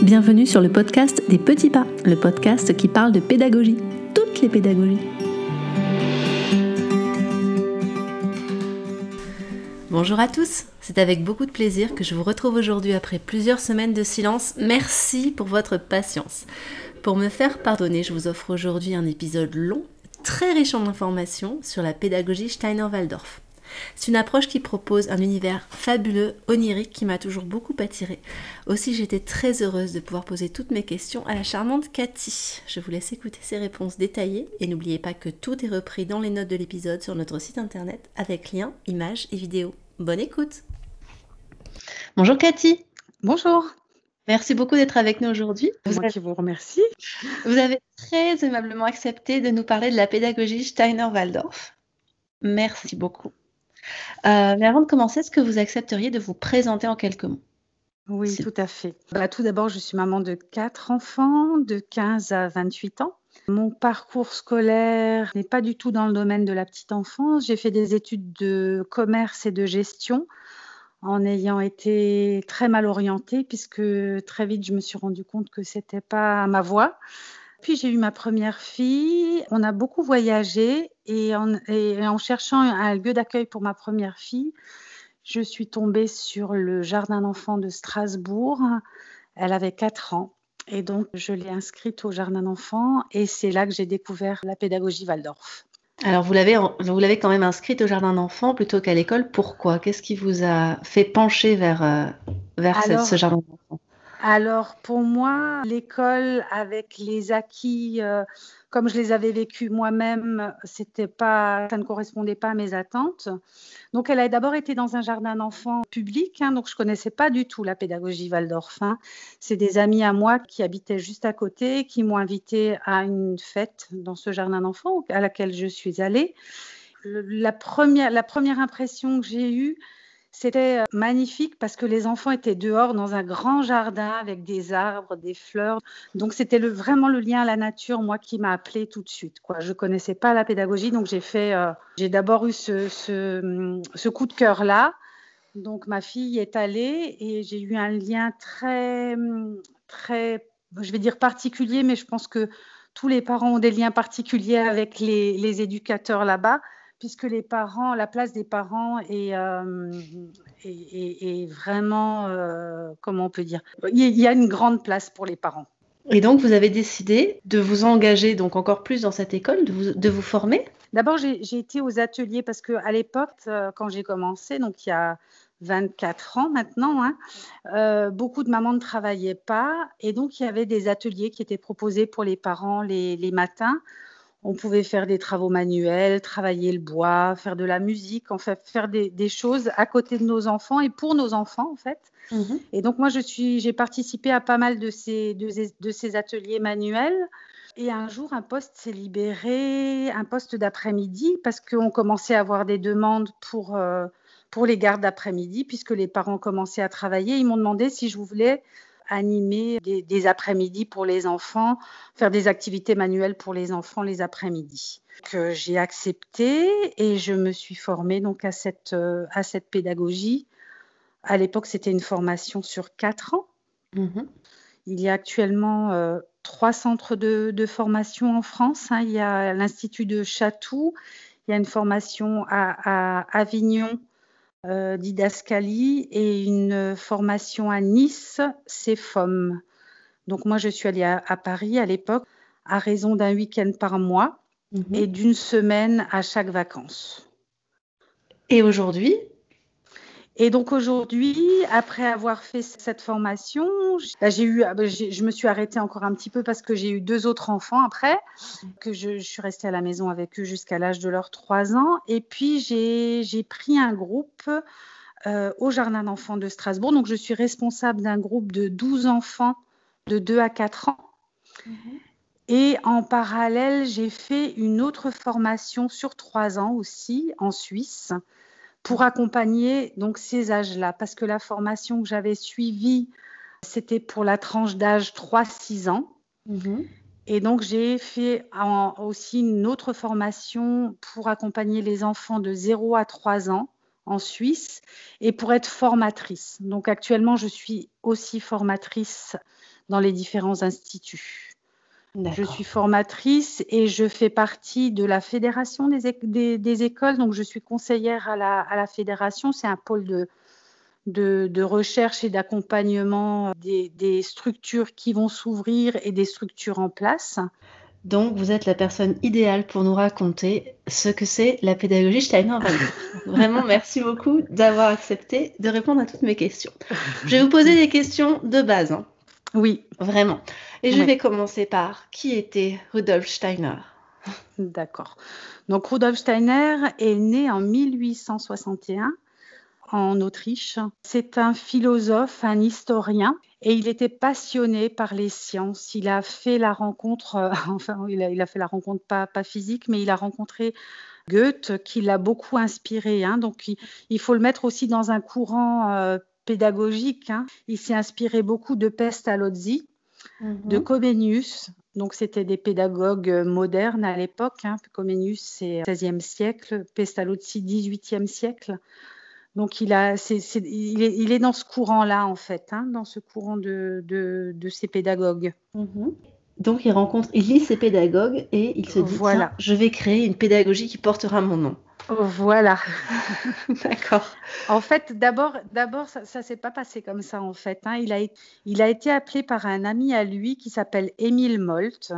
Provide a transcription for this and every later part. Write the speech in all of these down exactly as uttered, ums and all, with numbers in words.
Bienvenue sur le podcast des petits pas, le podcast qui parle de pédagogie, toutes les pédagogies. Bonjour à tous, c'est avec beaucoup de plaisir que je vous retrouve aujourd'hui après plusieurs semaines de silence. Merci pour votre patience. Pour me faire pardonner, je vous offre aujourd'hui un épisode long, très riche en informations sur la pédagogie Steiner-Waldorf. C'est une approche qui propose un univers fabuleux, onirique, qui m'a toujours beaucoup attirée. Aussi, j'étais très heureuse de pouvoir poser toutes mes questions à la charmante Cathy. Je vous laisse écouter ses réponses détaillées et n'oubliez pas que tout est repris dans les notes de l'épisode sur notre site internet avec liens, images et vidéos. Bonne écoute. Bonjour Cathy. Bonjour. Merci beaucoup d'être avec nous aujourd'hui. C'est moi qui vous remercie. Vous avez très aimablement accepté de nous parler de la pédagogie Steiner-Waldorf. Merci beaucoup. Euh, mais avant de commencer, est-ce que vous accepteriez de vous présenter en quelques mots ? Oui, C'est... tout à fait. Bah, tout d'abord, je suis maman de quatre enfants, de quinze à vingt-huit ans. Mon parcours scolaire n'est pas du tout dans le domaine de la petite enfance. J'ai fait des études de commerce et de gestion en ayant été très mal orientée puisque très vite, je me suis rendu compte que ce n'était pas ma voie. Puis j'ai eu ma première fille, on a beaucoup voyagé et en, et en cherchant un lieu d'accueil pour ma première fille, je suis tombée sur le jardin d'enfants de Strasbourg. Elle avait quatre ans et donc je l'ai inscrite au jardin d'enfants et c'est là que j'ai découvert la pédagogie Waldorf. Alors vous l'avez, vous l'avez quand même inscrite au jardin d'enfants plutôt qu'à l'école. Pourquoi ? Qu'est-ce qui vous a fait pencher vers, euh, vers Alors, ce, ce jardin d'enfants ? Alors pour moi, l'école avec les acquis, euh, comme je les avais vécus moi-même, c'était pas, ça ne correspondait pas à mes attentes. Donc elle a d'abord été dans un jardin d'enfants public, hein, donc je connaissais pas du tout la pédagogie Waldorf. Hein. C'est des amis à moi qui habitaient juste à côté, qui m'ont invitée à une fête dans ce jardin d'enfants à laquelle je suis allée. Le, la première, la première impression que j'ai eue, c'était magnifique parce que les enfants étaient dehors dans un grand jardin avec des arbres, des fleurs. Donc, c'était le, vraiment le lien à la nature, moi, qui m'a appelée tout de suite, quoi. Je ne connaissais pas la pédagogie, donc j'ai fait, euh, j'ai d'abord eu ce, ce, ce coup de cœur-là. Donc, ma fille est allée et j'ai eu un lien très, très, je vais dire particulier, mais je pense que tous les parents ont des liens particuliers avec les, les éducateurs là-bas, puisque les parents, la place des parents est, euh, est, est, est vraiment, euh, comment on peut dire, il y a une grande place pour les parents. Et donc, vous avez décidé de vous engager donc encore plus dans cette école, de vous, de vous former ? D'abord, j'ai, j'ai été aux ateliers parce qu'à l'époque, euh, quand j'ai commencé, donc il y a vingt-quatre ans maintenant, hein, euh, beaucoup de mamans ne travaillaient pas et donc il y avait des ateliers qui étaient proposés pour les parents les, les matins. On pouvait faire des travaux manuels, travailler le bois, faire de la musique, en fait, faire des, des choses à côté de nos enfants et pour nos enfants, en fait. Mmh. Et donc, moi, je suis, j'ai participé à pas mal de ces, de, de ces ateliers manuels. Et un jour, un poste s'est libéré, un poste d'après-midi, parce qu'on commençait à avoir des demandes pour, euh, pour les gardes d'après-midi, puisque les parents commençaient à travailler. Ils m'ont demandé si je voulais animer des, des après-midi pour les enfants, faire des activités manuelles pour les enfants les après-midi. Que j'ai accepté et je me suis formée donc à cette, euh, à cette pédagogie. À l'époque, c'était une formation sur quatre ans. Mmh. Il y a actuellement euh, trois centres de, de formation en France. Hein. Il y a l'Institut de Chatou, il y a une formation à, à Avignon, Euh, didascalie et une formation à Nice, C E F O M. Donc moi, je suis allée à, à Paris à l'époque à raison d'un week-end par mois mmh. et d'une semaine à chaque vacances. Et aujourd'hui ? Et donc aujourd'hui, après avoir fait cette formation, bah, j'ai eu, j'ai, je me suis arrêtée encore un petit peu parce que j'ai eu deux autres enfants après, que je, je suis restée à la maison avec eux jusqu'à l'âge de leurs trois ans. Et puis j'ai, j'ai pris un groupe euh, au jardin d'enfants de Strasbourg. Donc je suis responsable d'un groupe de douze enfants de deux à quatre ans. Mmh. Et en parallèle, j'ai fait une autre formation sur trois ans aussi en Suisse, pour accompagner donc ces âges-là, parce que la formation que j'avais suivie, c'était pour la tranche d'âge trois à six ans. Mmh. Et donc, j'ai fait en, aussi une autre formation pour accompagner les enfants de zéro à trois ans en Suisse et pour être formatrice. Donc, actuellement, je suis aussi formatrice dans les différents instituts. D'accord. Je suis formatrice et je fais partie de la fédération des, é- des- des écoles, donc je suis conseillère à la, à la fédération. C'est un pôle de, de, de recherche et d'accompagnement des, des structures qui vont s'ouvrir et des structures en place. Donc, vous êtes la personne idéale pour nous raconter ce que c'est la pédagogie Steiner-Waldorf. Vraiment, merci beaucoup d'avoir accepté de répondre à toutes mes questions. Je vais vous poser des questions de base, hein, Oui, vraiment. Et je Oui. vais commencer par qui était Rudolf Steiner? d'accord. Donc Rudolf Steiner est né en mille huit cent soixante et un en Autriche. C'est un philosophe, un historien, et il était passionné par les sciences. Il a fait la rencontre, euh, enfin, il a, il a fait la rencontre pas, pas physique, mais il a rencontré Goethe, qui l'a beaucoup inspiré. Hein. Donc, il, il faut le mettre aussi dans un courant euh, pédagogique. Hein. Il s'est inspiré beaucoup de Pestalozzi, de Mhm. Comenius. Donc, c'était des pédagogues euh, modernes à l'époque. Hein. Comenius, c'est seizième siècle, Pestalozzi, dix-huitième siècle. Donc, il, a, c'est, c'est, il, est, il est dans ce courant-là, en fait, hein, dans ce courant de, de, de ces pédagogues. Mhm. Donc, il rencontre, il lit ses pédagogues et il se dit, Voilà. tiens, je vais créer une pédagogie qui portera mon nom. Voilà. D'accord. En fait, d'abord, d'abord, ça, ça s'est pas passé comme ça, en fait. Hein. Il a, il a été appelé par un ami à lui qui s'appelle Émile Molt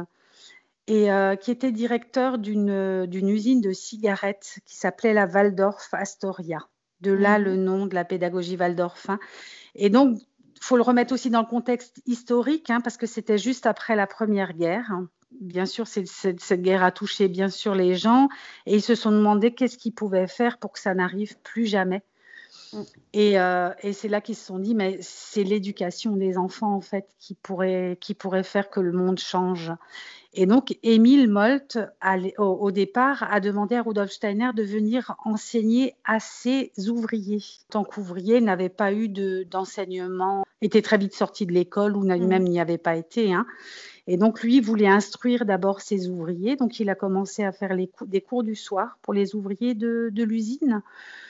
et euh, qui était directeur d'une, d'une usine de cigarettes qui s'appelait la Waldorf Astoria. De là, Mhm. le nom de la pédagogie Waldorf. Hein. Et donc, il faut le remettre aussi dans le contexte historique, hein, parce que c'était juste après la Première Guerre. Hein. Bien sûr, c'est, c'est, cette guerre a touché bien sûr les gens et ils se sont demandé qu'est-ce qu'ils pouvaient faire pour que ça n'arrive plus jamais. Mm. Et, euh, et c'est là qu'ils se sont dit, mais c'est l'éducation des enfants, en fait, qui pourrait, qui pourrait faire que le monde change. Et donc, Émile Molt, au, au départ, a demandé à Rudolf Steiner de venir enseigner à ses ouvriers. En tant qu'ouvrier, il n'avait pas eu de, d'enseignement, était très vite sorti de l'école, ou même n'y avait pas été. Hein. Et donc, lui, il voulait instruire d'abord ses ouvriers. Donc, il a commencé à faire les cou- des cours du soir pour les ouvriers de, de l'usine.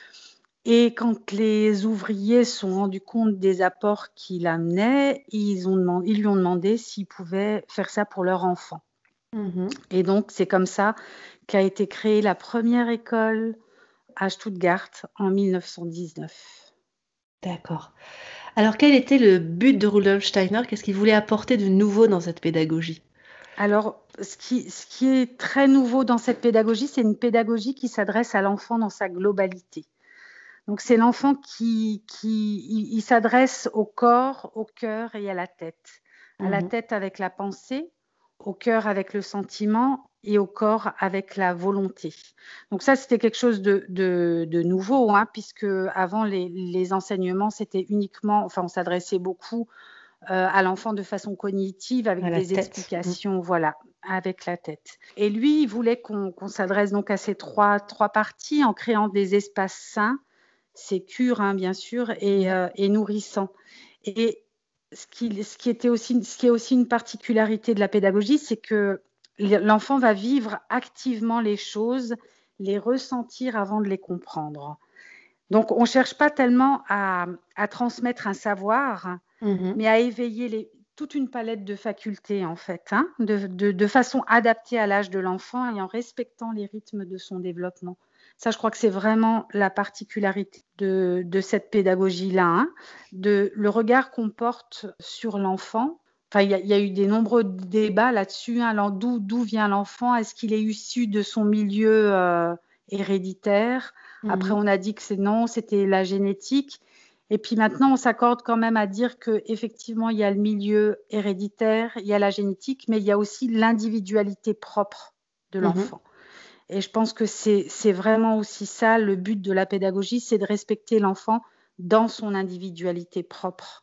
Et quand les ouvriers se sont rendus compte des apports qu'il amenait, ils, ont demandé, ils lui ont demandé s'ils pouvaient faire ça pour leur enfant. Mhm. Et donc, c'est comme ça qu'a été créée la première école à Stuttgart en mille neuf cent dix-neuf. D'accord. Alors, quel était le but de Rudolf Steiner? Qu'est-ce qu'il voulait apporter de nouveau dans cette pédagogie? Alors, ce qui, ce qui est très nouveau dans cette pédagogie, c'est une pédagogie qui s'adresse à l'enfant dans sa globalité. Donc, c'est l'enfant qui, qui il, il s'adresse au corps, au cœur et à la tête. À la Mhm. tête avec la pensée, au cœur avec le sentiment et au corps avec la volonté. Donc ça, c'était quelque chose de, de, de nouveau, hein, puisque avant les, les enseignements, c'était uniquement, enfin, on s'adressait beaucoup euh, à l'enfant de façon cognitive avec À la des tête. explications, voilà, avec la tête. Et lui, il voulait qu'on, qu'on s'adresse donc à ces trois, trois parties en créant des espaces sains, sécures, hein, bien sûr, et, euh, et nourrissants. Et ce qui, ce, qui était aussi, ce qui est aussi une particularité de la pédagogie, c'est que l'enfant va vivre activement les choses, les ressentir avant de les comprendre. Donc, on ne cherche pas tellement à, à transmettre un savoir, Mhm. mais à éveiller les, toute une palette de facultés, en fait, hein, de, de, de façon adaptée à l'âge de l'enfant et en respectant les rythmes de son développement. Ça, je crois que c'est vraiment la particularité de, de cette pédagogie-là, hein, de le regard qu'on porte sur l'enfant. Enfin, il y, y a eu des nombreux débats là-dessus. Hein, d'où, d'où vient l'enfant? Est-ce qu'il est issu de son milieu euh, héréditaire? Mhm. Après, on a dit que c'est non, c'était la génétique. Et puis maintenant, on s'accorde quand même à dire qu'effectivement, il y a le milieu héréditaire, il y a la génétique, mais il y a aussi l'individualité propre de l'enfant. Mmh. Et je pense que c'est, c'est vraiment aussi ça, le but de la pédagogie, c'est de respecter l'enfant dans son individualité propre.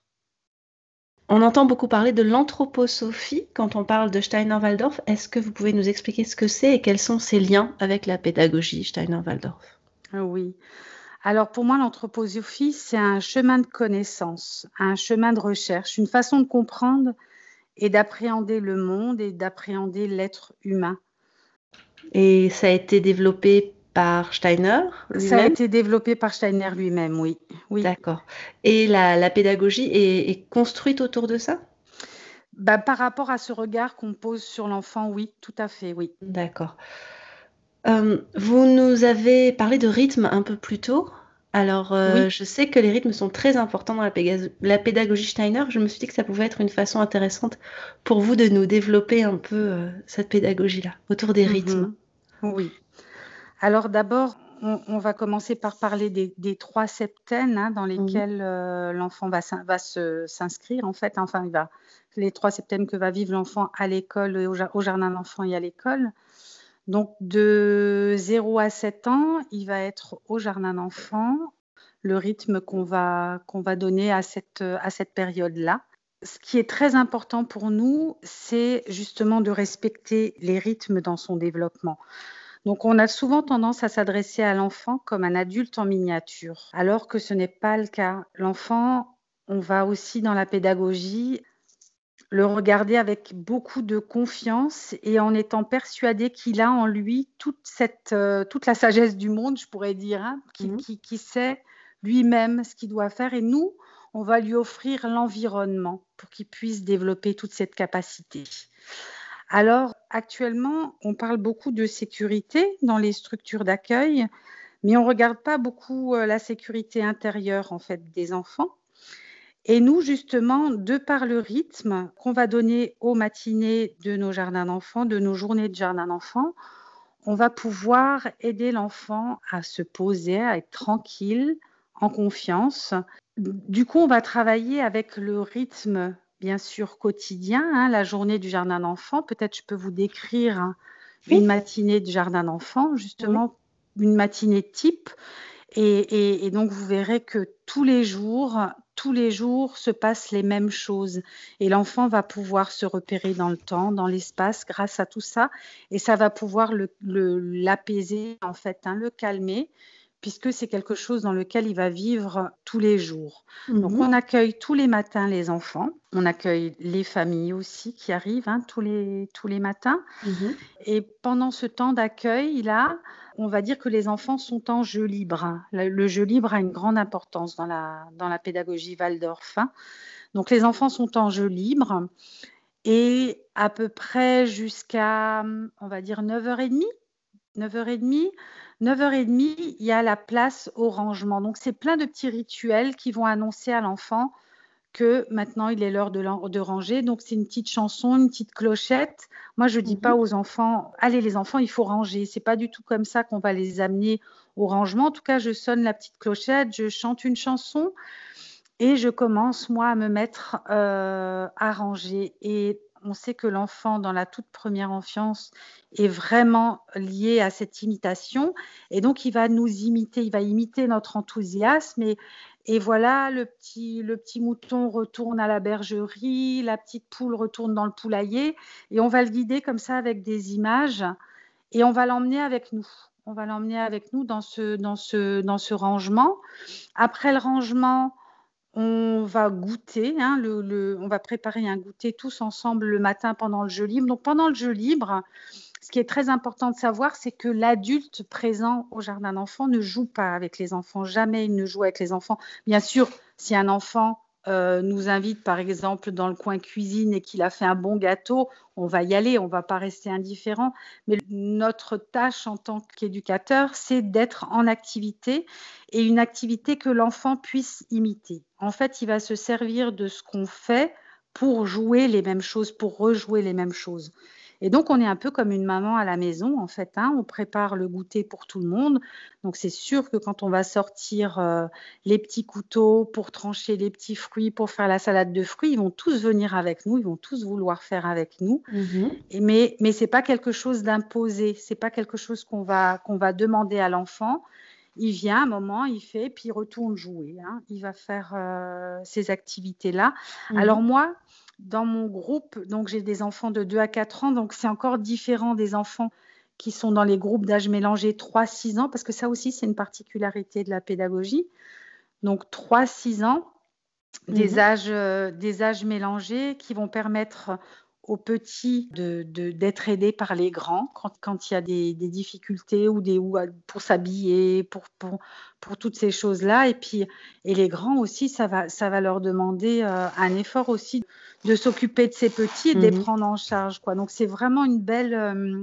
On entend beaucoup parler de l'anthroposophie quand on parle de Steiner-Waldorf. Est-ce que vous pouvez nous expliquer ce que c'est et quels sont ses liens avec la pédagogie Steiner-Waldorf? Oui. Alors pour moi, l'anthroposophie, c'est un chemin de connaissance, un chemin de recherche, une façon de comprendre et d'appréhender le monde et d'appréhender l'être humain. Et ça a été développé par Steiner lui-même? Ça a été développé par Steiner lui-même, oui. oui. D'accord. Et la, la pédagogie est, est construite autour de ça? Bah, par rapport à ce regard qu'on pose sur l'enfant, oui, tout à fait, oui. D'accord. Euh, vous nous avez parlé de rythme un peu plus tôt. Alors, euh, Oui. je sais que les rythmes sont très importants dans la, péga- la pédagogie Steiner. Je me suis dit que ça pouvait être une façon intéressante pour vous de nous développer un peu euh, cette pédagogie-là, autour des rythmes. Mhm. Oui. Alors d'abord, on, on va commencer par parler des, des trois septaines hein, dans Mhm. lesquelles euh, l'enfant va, s'in- va se- s'inscrire. En fait, enfin, il va, les trois septaines que va vivre l'enfant à l'école, et au, ja- au jardin d'enfants et à l'école. Donc de zéro à sept ans, il va être au jardin d'enfants, le rythme qu'on va, qu'on va donner à cette, à cette période-là. Ce qui est très important pour nous, c'est justement de respecter les rythmes dans son développement. Donc, on a souvent tendance à s'adresser à l'enfant comme un adulte en miniature, alors que ce n'est pas le cas. L'enfant, on va aussi dans la pédagogie le regarder avec beaucoup de confiance et en étant persuadé qu'il a en lui toute, cette, euh, toute la sagesse du monde, je pourrais dire, hein, qui, Mhm. qui, qui sait lui-même ce qu'il doit faire. Et nous, on va lui offrir l'environnement pour qu'il puisse développer toute cette capacité. Alors, actuellement, on parle beaucoup de sécurité dans les structures d'accueil, mais on ne regarde pas beaucoup euh, la sécurité intérieure en fait des enfants. Et nous, justement, de par le rythme qu'on va donner aux matinées de nos jardins d'enfants, de nos journées de jardin d'enfants, on va pouvoir aider l'enfant à se poser, à être tranquille, en confiance. Du coup, on va travailler avec le rythme, bien sûr, quotidien, hein, la journée du jardin d'enfants. Peut-être je peux vous décrire hein, Oui, une matinée de jardin d'enfants, oui. justement, une matinée type. Et, et- et donc, vous verrez que tous les jours, tous les jours se passent les mêmes choses. Et l'enfant va pouvoir se repérer dans le temps, dans l'espace, grâce à tout ça. Et ça va pouvoir le- le- l'apaiser, en fait, hein, le calmer, puisque c'est quelque chose dans lequel il va vivre tous les jours. Donc, Mhm. on accueille tous les matins les enfants. On accueille les familles aussi qui arrivent hein, tous les, tous les matins. Mhm. Et pendant ce temps d'accueil, là, on va dire que les enfants sont en jeu libre. Le, le jeu libre a une grande importance dans la, dans la pédagogie Waldorf. hein. Donc les enfants sont en jeu libre et à peu près jusqu'à, on va dire, neuf heures trente. neuf heures trente, neuf heures trente, il y a la place au rangement. Donc c'est plein de petits rituels qui vont annoncer à l'enfant que maintenant il est l'heure de, de ranger. Donc c'est une petite chanson, une petite clochette. Moi je dis pas Mhm. aux enfants, allez les enfants, il faut ranger. C'est pas du tout comme ça qu'on va les amener au rangement. En tout cas, je sonne la petite clochette, je chante une chanson et je commence moi à me mettre euh, à ranger. Et on sait que l'enfant dans la toute première enfance est vraiment lié à cette imitation et donc il va nous imiter, il va imiter notre enthousiasme et, et voilà, le petit, le petit mouton retourne à la bergerie, la petite poule retourne dans le poulailler et on va le guider comme ça avec des images et on va l'emmener avec nous. On va l'emmener avec nous dans ce, dans ce, dans ce rangement. Après le rangement, on va goûter, hein, le, le, on va préparer un goûter tous ensemble le matin pendant le jeu libre. Donc pendant le jeu libre, ce qui est très important de savoir, c'est que l'adulte présent au jardin d'enfants ne joue pas avec les enfants. Jamais il ne joue avec les enfants. Bien sûr, si un enfant euh, nous invite, par exemple, dans le coin cuisine et qu'il a fait un bon gâteau, on va y aller, on ne va pas rester indifférent. Mais notre tâche en tant qu'éducateur, c'est d'être en activité et une activité que l'enfant puisse imiter. En fait, il va se servir de ce qu'on fait pour jouer les mêmes choses, pour rejouer les mêmes choses. Et donc, on est un peu comme une maman à la maison, en fait. Hein, on prépare le goûter pour tout le monde. Donc, c'est sûr que quand on va sortir euh, les petits couteaux pour trancher les petits fruits, pour faire la salade de fruits, ils vont tous venir avec nous, ils vont tous vouloir faire avec nous. Mhm. Et mais mais ce n'est pas quelque chose d'imposé, ce n'est pas quelque chose qu'on va, qu'on va demander à l'enfant. Il vient un moment, il fait, puis il retourne jouer. Hein. Il va faire euh, ces activités-là. Alors Mhm. moi, dans mon groupe, donc j'ai des enfants de deux à quatre ans, donc c'est encore différent des enfants qui sont dans les groupes d'âge mélangé trois six ans, parce que ça aussi, c'est une particularité de la pédagogie. Donc trois six ans, des Mhm. âges, euh, des âges mélangés qui vont permettre aux petits de, de- d'être aidés par les grands quand, quand il y a des, des difficultés ou des ou à- pour s'habiller, pour, pour, pour toutes ces choses-là. Et puis, et les grands aussi, ça va, ça va leur demander euh, un effort aussi de s'occuper de ces petits et de les Mhm. prendre en charge, quoi. Donc, c'est vraiment une belle, euh,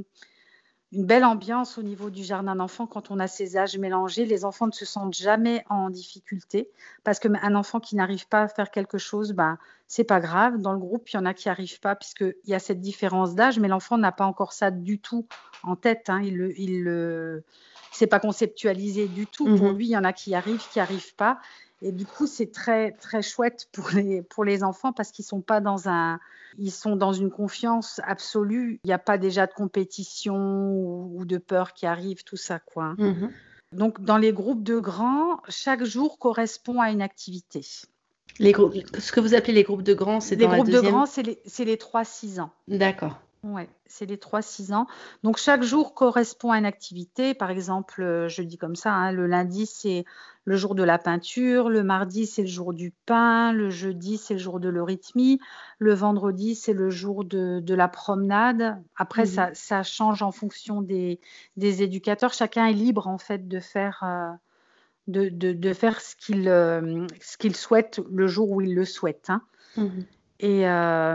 une belle ambiance au niveau du jardin d'enfants quand on a ces âges mélangés. Les enfants ne se sentent jamais en difficulté parce qu'un enfant qui n'arrive pas à faire quelque chose, ben, c'est pas grave. Dans le groupe, il y en a qui n'arrivent pas puisqu'il y a cette différence d'âge, mais l'enfant n'a pas encore ça du tout en tête. Hein. Il le, il le, c'est pas conceptualisé du tout. Pour Mhm. lui, il y en a qui arrivent, qui n'arrivent pas. Et du coup, c'est très, très chouette pour les, pour les enfants parce qu'ils sont pas dans un, ils sont dans une confiance absolue. Il n'y a pas déjà de compétition ou, ou de peur qui arrive, tout ça, quoi. Mhm. Donc, dans les groupes de grands, chaque jour correspond à une activité. Les groupes, ce que vous appelez les groupes de grands, c'est Les dans la groupes de deuxième. grands, c'est les, c'est les trois six ans. D'accord. Ouais, c'est les trois six ans. Donc, chaque jour correspond à une activité. Par exemple, euh, je dis comme ça, hein, le lundi, c'est le jour de la peinture. Le mardi, c'est le jour du pain. Le jeudi, c'est le jour de l'eurythmie. Le vendredi, c'est le jour de, de la promenade. Après, Mhm. ça, ça change en fonction des, des éducateurs. Chacun est libre, en fait, de faire, euh, de, de, de faire ce qu'il euh, ce qu'il souhaite le jour où il le souhaite. Hein. Mhm. Et,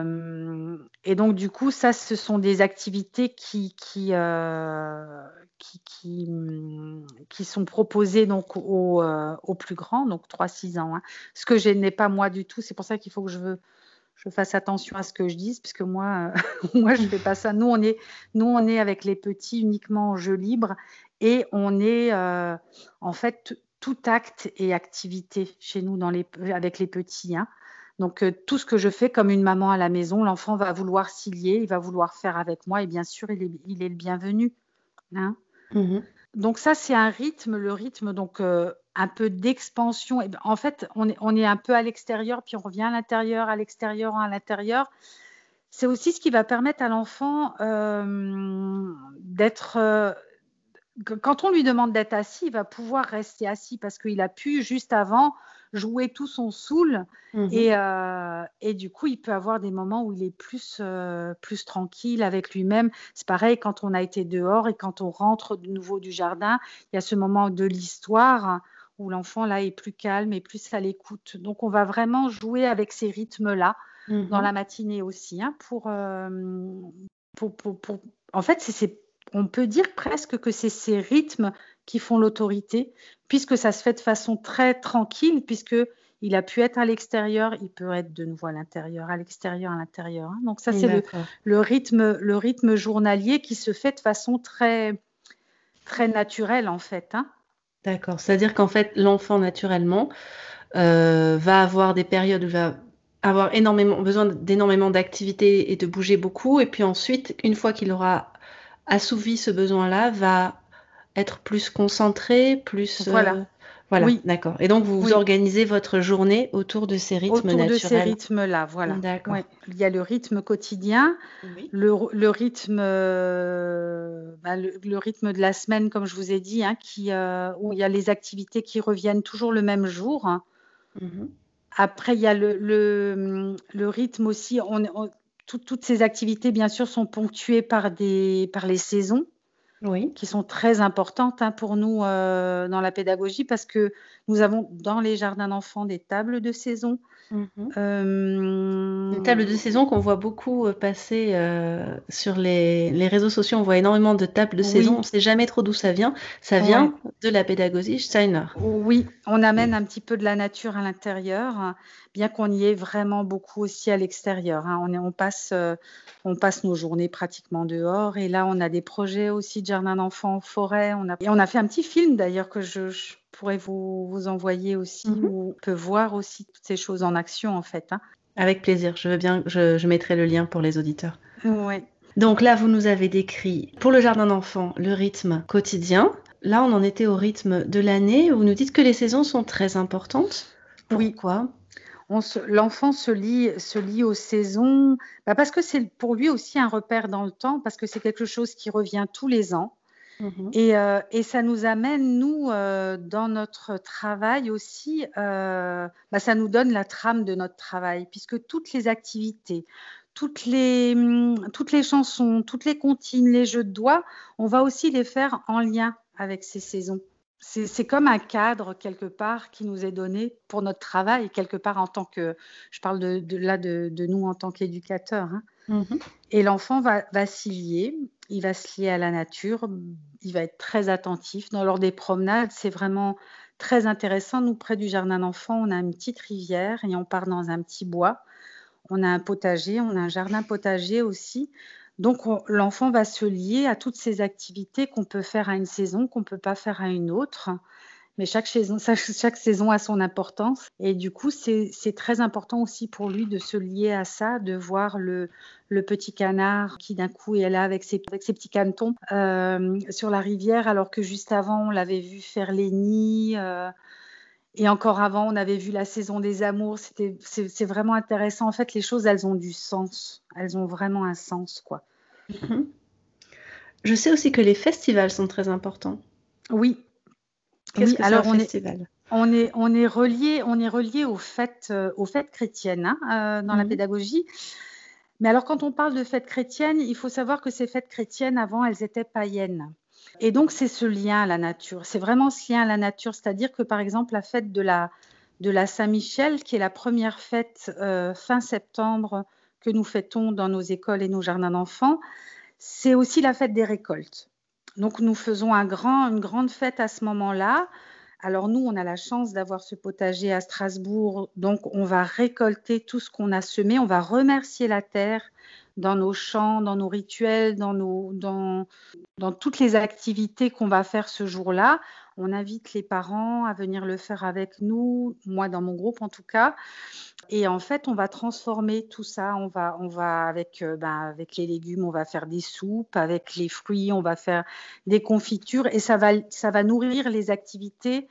euh, et donc, du coup, ça, ce sont des activités qui, qui, euh, qui, qui, hum, qui sont proposées donc, aux, euh, aux plus grands, donc trois six ans. Hein. Ce que je n'ai pas moi du tout. C'est pour ça qu'il faut que je, veux, je fasse attention à ce que je dise, puisque moi, euh, moi je ne fais pas ça. Nous on, est, nous, on est avec les petits uniquement en jeu libre et on est euh, en fait tout acte et activité chez nous dans les, avec les petits. Hein. Donc, euh, tout ce que je fais comme une maman à la maison, l'enfant va vouloir s'y lier, il va vouloir faire avec moi et bien sûr, il est, il est le bienvenu. Hein. Mhm. Donc, ça, c'est un rythme, le rythme, donc euh, un peu d'expansion. Et ben, en fait, on est, on est un peu à l'extérieur, puis on revient à l'intérieur, à l'extérieur, à l'intérieur. C'est aussi ce qui va permettre à l'enfant euh, d'être. Euh, quand on lui demande d'être assis, il va pouvoir rester assis parce qu'il a pu juste avant jouer tout son saoul Mhm. et, euh, et du coup il peut avoir des moments où il est plus, euh, plus tranquille avec lui-même. C'est pareil quand on a été dehors et quand on rentre de nouveau du jardin, il y a ce moment de l'histoire où l'enfant là est plus calme et plus à l'écoute. Donc on va vraiment jouer avec ces rythmes-là dans Mhm. la matinée aussi hein, pour, euh, pour, pour, pour... En fait, c'est ces on peut dire presque que c'est ces rythmes qui font l'autorité, puisque ça se fait de façon très tranquille, puisque il a pu être à l'extérieur, il peut être de nouveau à l'intérieur, à l'extérieur, à l'intérieur. Hein. Donc ça, c'est le, D'accord. le, rythme, le rythme journalier qui se fait de façon très, très naturelle, en fait. Hein. D'accord. C'est-à-dire qu'en fait, l'enfant, naturellement, euh, va avoir des périodes où il va avoir énormément, besoin d'énormément d'activités et de bouger beaucoup. Et puis ensuite, une fois qu'il aura assouvi ce besoin-là, va être plus concentré, plus... Voilà. euh, Voilà, Oui, d'accord. Et donc, vous vous oui. organisez votre journée autour de ces rythmes Autour de ces naturels. rythmes-là, voilà. Ouais. D'accord. Il y a le rythme quotidien, Oui. le, le rythme, euh, bah, le, le rythme de la semaine, comme je vous ai dit, hein, qui, euh, où il y a les activités qui reviennent toujours le même jour. Hein. Mhm. Après, il y a le, le, le rythme aussi. On, on- tout- toutes ces activités, bien sûr, sont ponctuées par des, par les saisons Oui. qui sont très importantes hein, pour nous euh, dans la pédagogie parce que nous avons dans les jardins d'enfants des tables de saison. Mhm. Une Euh, table de saison qu'on voit beaucoup euh, passer euh, sur les, les réseaux sociaux. On voit énormément de tables de saison. On oui, ne sait jamais trop d'où ça vient. Ça ouais, vient de la pédagogie Steiner. oui, on amène un petit peu de la nature à l'intérieur, hein, bien qu'on y ait vraiment beaucoup aussi à l'extérieur. Hein. On est, on passe, euh, on passe nos journées pratiquement dehors. Et là, on a des projets aussi de jardin d'enfants en forêt. On a, et on a fait un petit film d'ailleurs que je, je pourrais vous, vous envoyer aussi, Mhm. où on peut voir aussi toutes ces choses en action en fait. Hein. Avec plaisir. Je veux bien, je, je mettrai le lien pour les auditeurs. Ouais. Donc là, vous nous avez décrit pour le jardin d'enfants le rythme quotidien. Là, on en était au rythme de l'année. Vous nous dites que les saisons sont très importantes. Oui, Pourquoi? on se- l'enfant se lie, se lie aux saisons, bah parce que c'est pour lui aussi un repère dans le temps, parce que c'est quelque chose qui revient tous les ans. Mhm. Et, euh, et ça nous amène, nous, euh, dans notre travail aussi, euh, bah, ça nous donne la trame de notre travail, puisque toutes les activités, toutes les, mmh, toutes les chansons, toutes les comptines, les jeux de doigts, on va aussi les faire en lien avec ces saisons. C'est c'est comme un cadre quelque part qui nous est donné pour notre travail, quelque part en tant que je parle de de là de de nous en tant qu'éducateurs, hein. Mmh. Et l'enfant va va s'y lier, il va se lier à la nature, mmh, il va être très attentif. Dans lors des promenades, c'est vraiment très intéressant. Nous, près du jardin d'enfants, on a une petite rivière et on part dans un petit bois. On a un potager, on a un jardin potager aussi. Donc on l'enfant va se lier à toutes ces activités qu'on peut faire à une saison, qu'on ne peut pas faire à une autre. Mais chaque saison chaque chaque saison a son importance et du coup, c'est c'est très important aussi pour lui de se lier à ça, de voir le le petit canard qui d'un coup est là avec ses avec ses petits canetons, hem, sur la rivière alors que juste avant on l'avait vu faire les nids, heu et encore avant on avait vu la saison des amours. C'était c'est c'est vraiment intéressant. En fait, les choses, elles ont du sens. Elles ont vraiment un sens, quoi. Mmh. Je sais aussi que les festivals sont très importants. Oui, Qu'est-ce oui, que c'est un alors on est festival? On est on est relié on est relié aux fêtes, heu, aux fêtes chrétiennes, hein, heu, dans la Mmh. pédagogie. Mais alors quand on parle de fêtes chrétiennes, il faut savoir que ces fêtes chrétiennes avant, elles étaient païennes et donc c'est ce lien à la nature. C'est vraiment ce lien à la nature, c'est-à-dire que, par exemple, la fête de la de la Saint-Michel, qui est la première fête, heu, fin septembre que nous fêtons dans nos écoles et nos jardins d'enfants, c'est aussi la fête des récoltes. Donc nous faisons un grand une grande fête à ce moment-là. Alors nous, on a la chance d'avoir ce potager à Strasbourg, donc on va récolter tout ce qu'on a semé, on va remercier la terre dans nos chants, dans nos rituels, dans nos dans dans toutes les activités qu'on va faire ce jour-là. On invite les parents à venir le faire avec nous, moi dans mon groupe en tout cas. Et en fait, on va transformer tout ça. On va on va avec, heu, ben, avec les légumes, on va faire des soupes, avec les fruits, on va faire des confitures et ça va ça va nourrir les activités,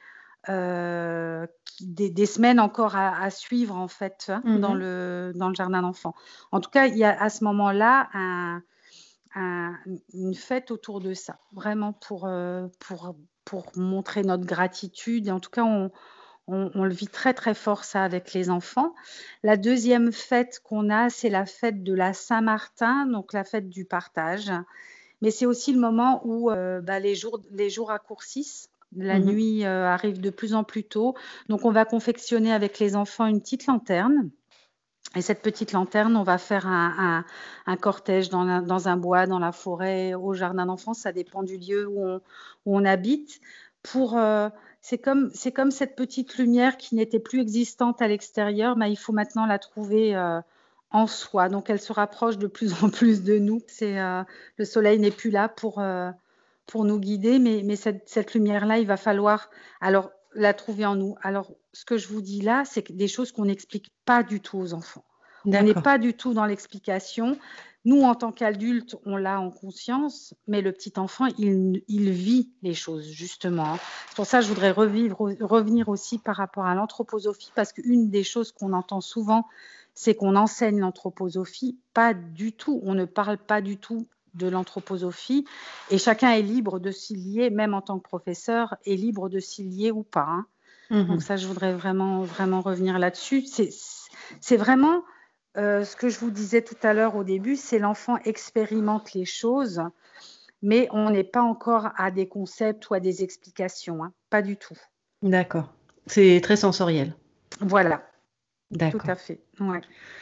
heu, qui des des semaines encore à à suivre en fait, hein, dans Mmh. le dans le jardin d'enfants. En tout cas, il y a à ce moment-là un un une fête autour de ça, vraiment pour, heu, pour pour montrer notre gratitude et en tout cas, on on on le vit très, très fort ça avec les enfants. La deuxième fête qu'on a, c'est la fête de la Saint-Martin, donc la fête du partage. Mais c'est aussi le moment où, heu, bah, les jours les jours raccourcissent. La Mmh. nuit, heu, arrive de plus en plus tôt. Donc on va confectionner avec les enfants une petite lanterne et cette petite lanterne, on va faire un un un cortège dans la dans un bois, dans la forêt, au jardin d'enfants, ça dépend du lieu où on où on habite pour, heu, c'est comme c'est comme cette petite lumière qui n'était plus existante à l'extérieur, mais il faut maintenant la trouver, heu, en soi. Donc elle se rapproche de plus en plus de nous. C'est, heu, le soleil n'est plus là pour, heu, pour nous guider, mais mais cette cette lumière-là, il va falloir alors la trouver en nous. Alors ce que je vous dis là, c'est que des choses qu'on n'explique pas du tout aux enfants. On n'est D'accord. pas du tout dans l'explication. Nous, en tant qu'adultes, on l'a en conscience, mais le petit enfant, il il vit les choses justement, hein. C'est pour ça que je voudrais revivre au revenir aussi par rapport à l'anthroposophie, parce qu'une des choses qu'on entend souvent, c'est qu'on enseigne l'anthroposophie. Pas du tout, on ne parle pas du tout de l'anthroposophie et chacun est libre de s'y lier, même en tant que professeur, est libre de s'y lier ou pas, hein. Donc Mmh. ça, je voudrais vraiment vraiment revenir là-dessus. C'est c'est vraiment, heu, ce que je vous disais tout à l'heure au début, c'est l'enfant expérimente les choses, mais on n'est pas encore à des concepts ou à des explications, hein, pas du tout. D'accord. C'est très sensoriel. Voilà, tout D'accord. à fait, ouais.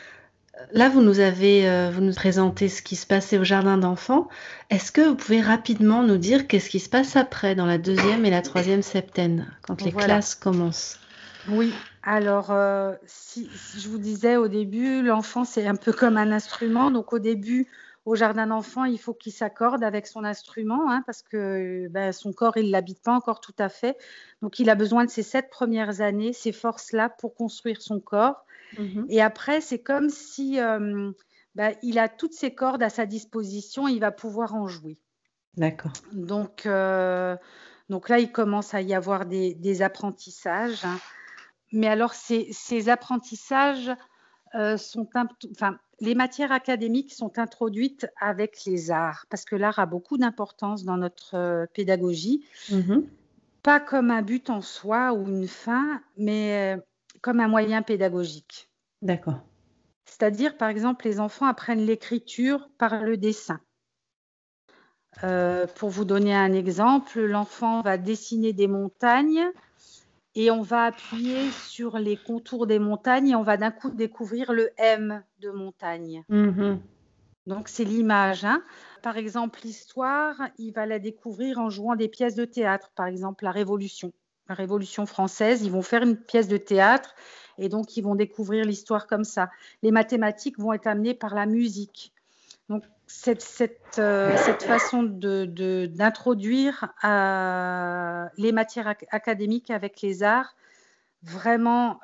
Là, vous nous avez, heu, vous nous présentez ce qui se passait au jardin d'enfants. Est-ce que vous pouvez rapidement nous dire qu'est-ce qui se passe après dans la deuxième et la troisième septaine, quand les Voilà. classes commencent? Oui, alors, heu, si si je vous disais au début, l'enfant, c'est un peu comme un instrument. Donc au début, au jardin d'enfants, il faut qu'il s'accorde avec son instrument, hein, parce que, bah, son corps, il l'habite pas encore tout à fait. Donc il a besoin de ces sept premières années, ces forces-là pour construire son corps Mmh. et après, c'est comme si, hem, bah, il a toutes ses cordes à sa disposition, il va pouvoir en jouer. D'accord. Donc heu, donc là, il commence à y avoir des des apprentissages, hein. Mais alors ces ces apprentissages, heu, sont int enfin, les matières académiques sont introduites avec les arts, parce que l'art a beaucoup d'importance dans notre, heu, pédagogie. Mmh. Pas comme un but en soi ou une fin, mais, heu, comme un moyen pédagogique. D'accord. C'est-à-dire, par exemple, les enfants apprennent l'écriture par le dessin. Euh, pour vous donner un exemple, l'enfant va dessiner des montagnes et on va appuyer sur les contours des montagnes et on va d'un coup découvrir le M de montagne. Mhm. Donc, c'est l'image. Hein. Par exemple, l'histoire, il va la découvrir en jouant des pièces de théâtre. Par exemple, la Révolution. La Révolution française, ils vont faire une pièce de théâtre et donc ils vont découvrir l'histoire comme ça. Les mathématiques vont être amenées par la musique. Donc, cette, cette, euh, cette façon de, de, d'introduire euh, les matières ac- académiques avec les arts, vraiment,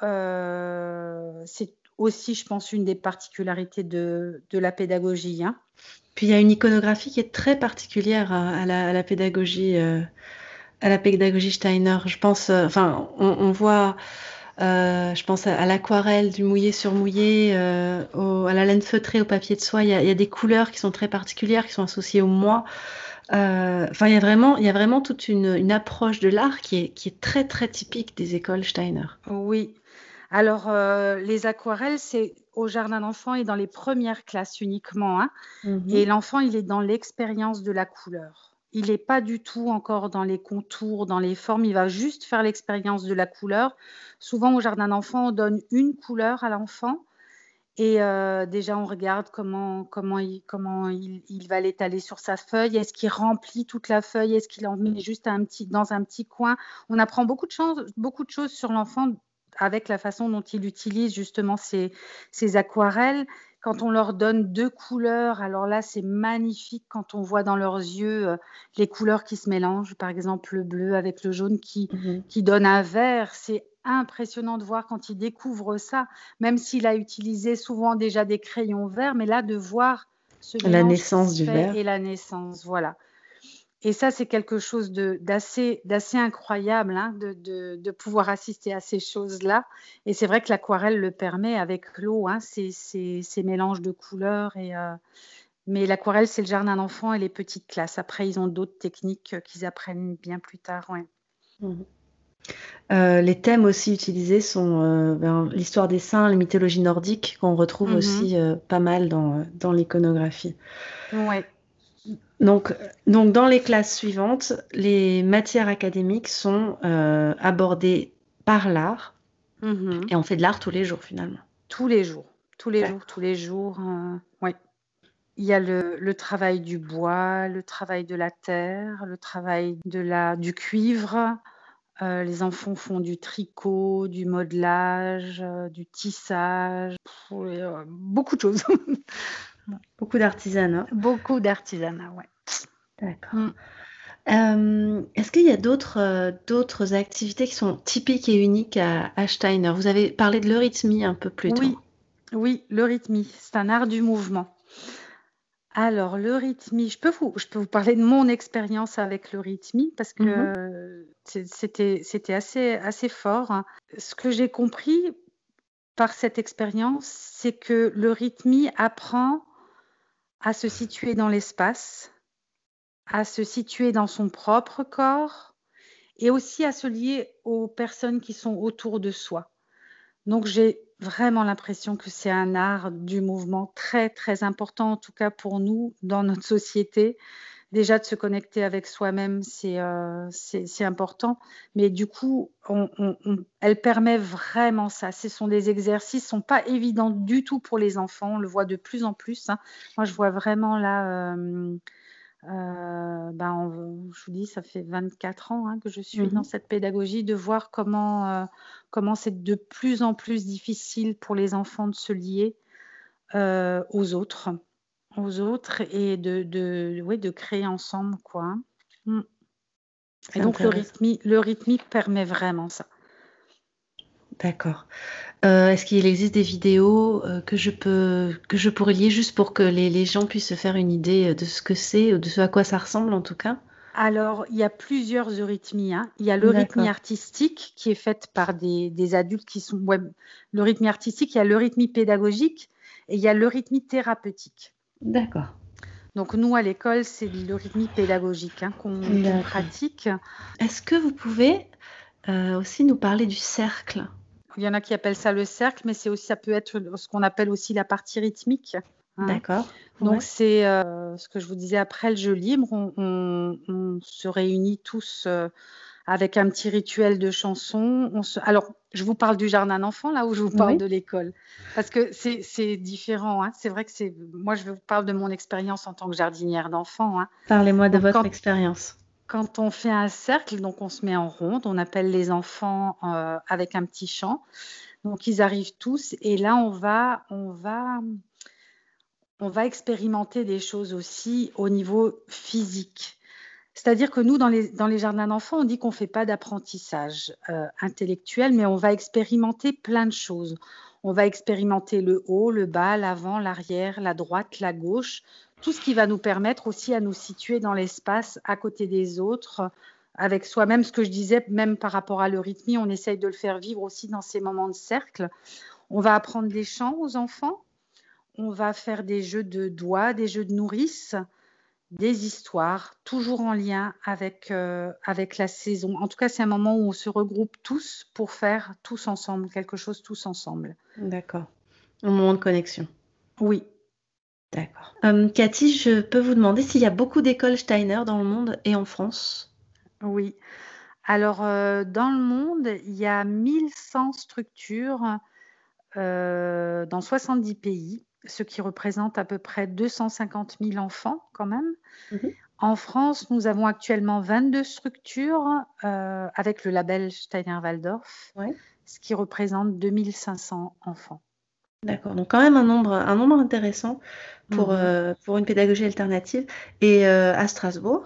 euh, c'est aussi, je pense, une des particularités de, de la pédagogie. Hein. Puis il y a une iconographie qui est très particulière à, à la, à la pédagogie, euh, à la pédagogie Steiner. Je pense, euh, enfin, on, on voit, euh, je pense à, à l'aquarelle, du mouillé sur mouillé, euh, au- à la laine feutrée, au papier de soie. Il y a, il y a des couleurs qui sont très particulières, qui sont associées au moi. Euh, Enfin, il y a vraiment, il y a vraiment toute une, une approche de l'art qui est, qui est très, très typique des écoles Steiner. Oui. Alors, euh, les aquarelles, c'est au jardin d'enfants et dans les premières classes uniquement. Hein. Et Mhm. l'enfant, il est dans l'expérience de la couleur. Il n'est pas du tout encore dans les contours, dans les formes. Il va juste faire l'expérience de la couleur. Souvent, au jardin d'enfants, on donne une couleur à l'enfant. Et euh, déjà, on regarde comment, comment, il, comment il, il va l'étaler sur sa feuille. Est-ce qu'il remplit toute la feuille? Est-ce qu'il en met juste un petit, dans un petit coin? On apprend beaucoup de choses, beaucoup de choses sur l'enfant avec la façon dont il utilise justement ses, ses aquarelles. Quand on leur donne deux couleurs, alors là, c'est magnifique quand on voit dans leurs yeux euh, les couleurs qui se mélangent. Par exemple, le bleu avec le jaune qui, Mhm. qui donne un vert. C'est impressionnant de voir quand il découvre ça, même s'il a utilisé souvent déjà des crayons verts, mais là, de voir ce La mélange qui naissance se du fait verre. et la naissance, voilà. Et ça, c'est quelque chose de, d'assez, d'assez incroyable, hein, de, de, de pouvoir assister à ces choses-là. Et c'est vrai que l'aquarelle le permet avec l'eau, hein, ces, ces, ces mélanges de couleurs. Et, euh, mais l'aquarelle, c'est le jardin d'enfants et les petites classes. Après, ils ont d'autres techniques qu'ils apprennent bien plus tard. Ouais. Mhm. Euh, les thèmes aussi utilisés sont euh, ben, l'histoire des saints, la mythologie nordique, qu'on retrouve Mhm. aussi euh, pas mal dans, dans l'iconographie. Ouais. Donc, donc, dans les classes suivantes, les matières académiques sont euh, abordées par l'art Mhm. et on fait de l'art tous les jours finalement. Tous les jours, tous les jours, D'accord. tous les jours. Euh, ouais. Il y a le, le travail du bois, le travail de la terre, le travail de la, du cuivre. Euh, les enfants font du tricot, du modelage, euh, du tissage, pff, ouais, euh, beaucoup de choses. Beaucoup d'artisanat. Beaucoup d'artisanat, ouais. D'accord. Mm. Euh, est-ce qu'il y a d'autres euh, d'autres activités qui sont typiques et uniques à, à Steiner? Vous avez parlé de l'eurythmie un peu plus tôt. Oui, oui, l'eurythmie, c'est un art du mouvement. Alors, l'eurythmie, je peux vous, je peux vous parler de mon expérience avec l'eurythmie parce que Mhm. euh, c'est- c'était, c'était assez, assez fort. Hein. Ce que j'ai compris par cette expérience, c'est que l'eurythmie apprend à se situer dans l'espace, à se situer dans son propre corps et aussi à se lier aux personnes qui sont autour de soi. Donc, j'ai vraiment l'impression que c'est un art du mouvement très, très important, en tout cas pour nous, dans notre société. Déjà, de se connecter avec soi-même, c'est euh, c'est, c'est important. Mais du coup, on, on, on, elle permet vraiment ça. Ce sont des exercices qui ne sont pas évidents du tout pour les enfants. On le voit de plus en plus. Hein. Moi, je vois vraiment là... Euh, euh, ben, on- je vous dis, ça fait vingt-quatre ans hein, que je suis dans Mhm. cette pédagogie, de voir comment, euh, comment c'est de plus en plus difficile pour les enfants de se lier euh, aux autres, aux autres et de, de, ouais, de créer ensemble, quoi. Hein. Mm. Et C'est donc le intéressant. rythme, le rythme permet vraiment ça. D'accord. Euh, est-ce qu'il existe des vidéos euh, que je peux que je pourrais lier juste pour que les, les gens puissent se faire une idée de ce que c'est ou de ce à quoi ça ressemble en tout cas? Alors, il y a plusieurs eurythmies. Hein. Il y a l'eurythmie D'accord. artistique qui est faite par des, des adultes qui sont... Ouais, l'eurythmie artistique, il y a l'eurythmie pédagogique et il y a l'eurythmie thérapeutique. D'accord. Donc, nous, à l'école, c'est de l'eurythmie pédagogique hein, qu'on qu'on D'accord. pratique. Est-ce que vous pouvez euh, aussi nous parler du cercle? Il y en a qui appellent ça le cercle, mais c'est aussi, ça peut être ce qu'on appelle aussi la partie rythmique. Hein. D'accord. Donc Ouais. c'est euh, ce que je vous disais après le jeu libre, on, on- on se réunit tous euh, avec un petit rituel de chansons. On se... Alors, je vous parle du jardin d'enfants là où je vous parle Oui. de l'école, parce que c'est c'est différent. Hein. C'est vrai que c'est, moi je vous parle de mon expérience en tant que jardinière d'enfants. Hein. Parlez-moi de Donc votre quand expérience. quand on fait un cercle, donc on se met en ronde, on appelle les enfants euh, avec un petit chant. Donc ils arrivent tous et là on va, on va, on va expérimenter des choses aussi au niveau physique. C'est-à-dire que nous, dans les, dans les jardins d'enfants, on dit qu'on ne fait pas d'apprentissage euh, intellectuel, mais on va expérimenter plein de choses. On va expérimenter le haut, le bas, l'avant, l'arrière, la droite, la gauche, tout ce qui va nous permettre aussi à nous situer dans l'espace à côté des autres, avec soi-même. Ce que je disais, même par rapport à l'eurythmie, on essaye de le faire vivre aussi dans ces moments de cercle. On va apprendre des chants aux enfants, on va faire des jeux de doigts, des jeux de nourrice, des histoires, toujours en lien avec, euh, avec la saison. En tout cas, c'est un moment où on se regroupe tous pour faire tous ensemble, quelque chose tous ensemble. D'accord. Un moment de connexion. Oui, D'accord. Euh, Cathy, je peux vous demander s'il y a beaucoup d'écoles Steiner dans le monde et en France? oui. Alors, euh, dans le monde, il y a mille cent structures euh, dans soixante-dix pays, ce qui représente à peu près deux cent cinquante mille enfants quand même. Mhm. En France, nous avons actuellement vingt-deux structures euh, avec le label Steiner-Waldorf, Ouais. ce qui représente deux mille cinq cents enfants. D'accord. Donc quand même un nombre, un nombre intéressant pour, Mhm. euh, pour une pédagogie alternative. Et euh, à Strasbourg?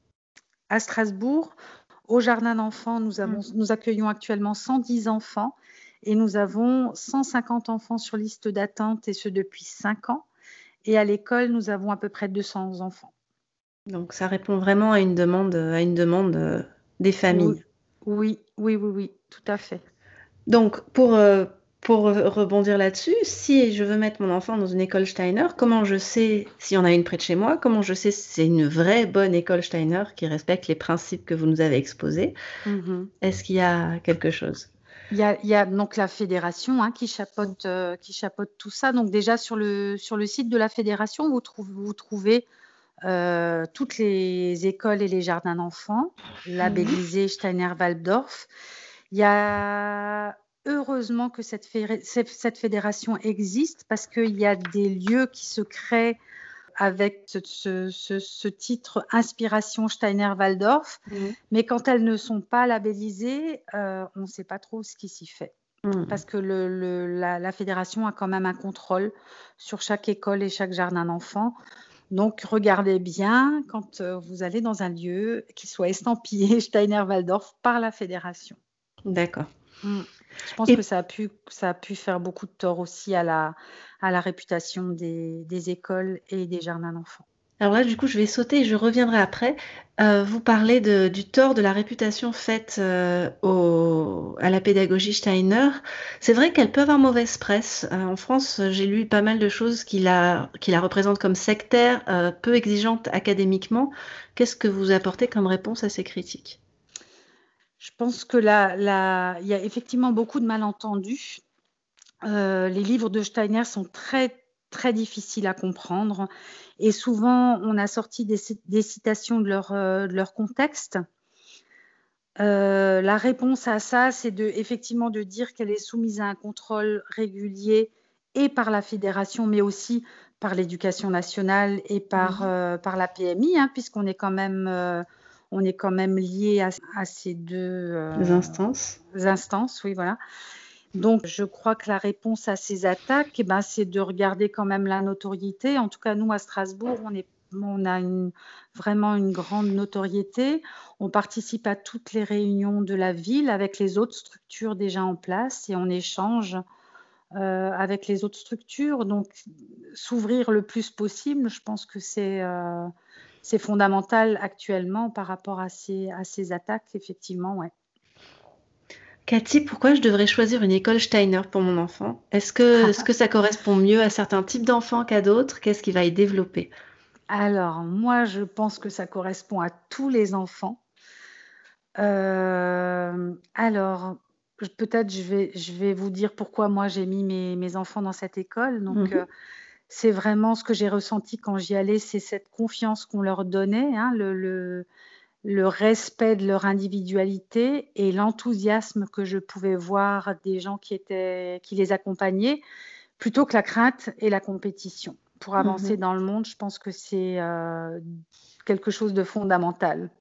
À Strasbourg, au jardin d'enfants, nous, avons, Mhm. nous accueillons actuellement cent dix enfants et nous avons cent cinquante enfants sur liste d'attente et ce depuis cinq ans. Et à l'école, nous avons à peu près deux cents enfants. Donc ça répond vraiment à une demande, à une demande euh, des Oui, familles. oui, oui, oui, oui, tout à fait. Donc pour, euh, pour re- rebondir là-dessus, si je veux mettre mon enfant dans une école Steiner, comment je sais s'il y en a une près de chez moi, comment je sais si c'est une vraie bonne école Steiner qui respecte les principes que vous nous avez exposés? Mhm. Est-ce qu'il y a quelque chose? Il y a, il y a donc la fédération hein, qui, Mm. chapeaute, euh, qui chapeaute tout ça. Donc déjà sur le, sur le site de la fédération, vous, trouvez, vous trouvez euh, toutes les écoles et les jardins d'enfants Mhm. labellisés Steiner-Waldorf. Il y a heureusement que cette, fé- cette fédération existe parce qu'il y a des lieux qui se créent avec ce, ce- ce- ce titre Inspiration Steiner-Waldorf, Mhm. mais quand elles ne sont pas labellisées, euh, on ne sait pas trop ce qui s'y fait. Mhm. Parce que le, le, la, la fédération a quand même un contrôle sur chaque école et chaque jardin d'enfants. Donc, regardez bien quand euh, vous allez dans un lieu qui soit estampillé Steiner-Waldorf par la fédération. D'accord. Mm. Je pense que Et ça a pu, ça a pu faire beaucoup de tort aussi à la, à la réputation des, des écoles et des jardins d'enfants. alors là, du coup, je vais sauter et je reviendrai après. Euh, vous parlez de, du tort de la réputation faite euh, au, à la pédagogie Steiner. C'est vrai qu'elle peut avoir mauvaise presse. Euh, en France, j'ai lu pas mal de choses qui la, qui la représentent comme sectaire, euh, peu exigeante académiquement. Qu'est-ce que vous apportez comme réponse à ces critiques? Je pense que là, là, il y a effectivement beaucoup de malentendus. Euh, les livres de Steiner sont très, très difficiles à comprendre et souvent, on a sorti des, des citations de leur, euh, de leur contexte. Euh, la réponse à ça, c'est de, effectivement de dire qu'elle est soumise à un contrôle régulier et par la fédération, mais aussi par l'éducation nationale et par, Mhm. euh, par la P M I, hein, puisqu'on est quand même, euh, on est quand même lié à, à ces deux Les euh, instances. instances. Oui, voilà. Donc, je crois que la réponse à ces attaques, eh ben, c'est de regarder quand même la notoriété. En tout cas, nous, à Strasbourg, on, est, on a une, vraiment une grande notoriété. On participe à toutes les réunions de la ville avec les autres structures déjà en place et on échange euh, avec les autres structures. Donc, s'ouvrir le plus possible, je pense que c'est euh, c'est fondamental actuellement par rapport à ces, à ces attaques, effectivement, ouais. Cathy, pourquoi je devrais choisir une école Steiner pour mon enfant? Est-ce que, est-ce que ça correspond mieux à certains types d'enfants qu'à d'autres? Qu'est-ce qui va y développer? Alors, moi, je pense que ça correspond à tous les enfants. Euh, alors, je peut-être je vais je vais vous dire pourquoi moi j'ai mis mes mes enfants dans cette école. Donc, Mmh. heu, c'est vraiment ce que j'ai ressenti quand j'y allais, c'est cette confiance qu'on leur donnait, hein, le le le respect de leur individualité et l'enthousiasme que je pouvais voir des gens qui étaient qui les accompagnaient, plutôt que la crainte et la compétition. Pour avancer Mmh. dans le monde, je pense que c'est, heu, quelque chose de fondamental.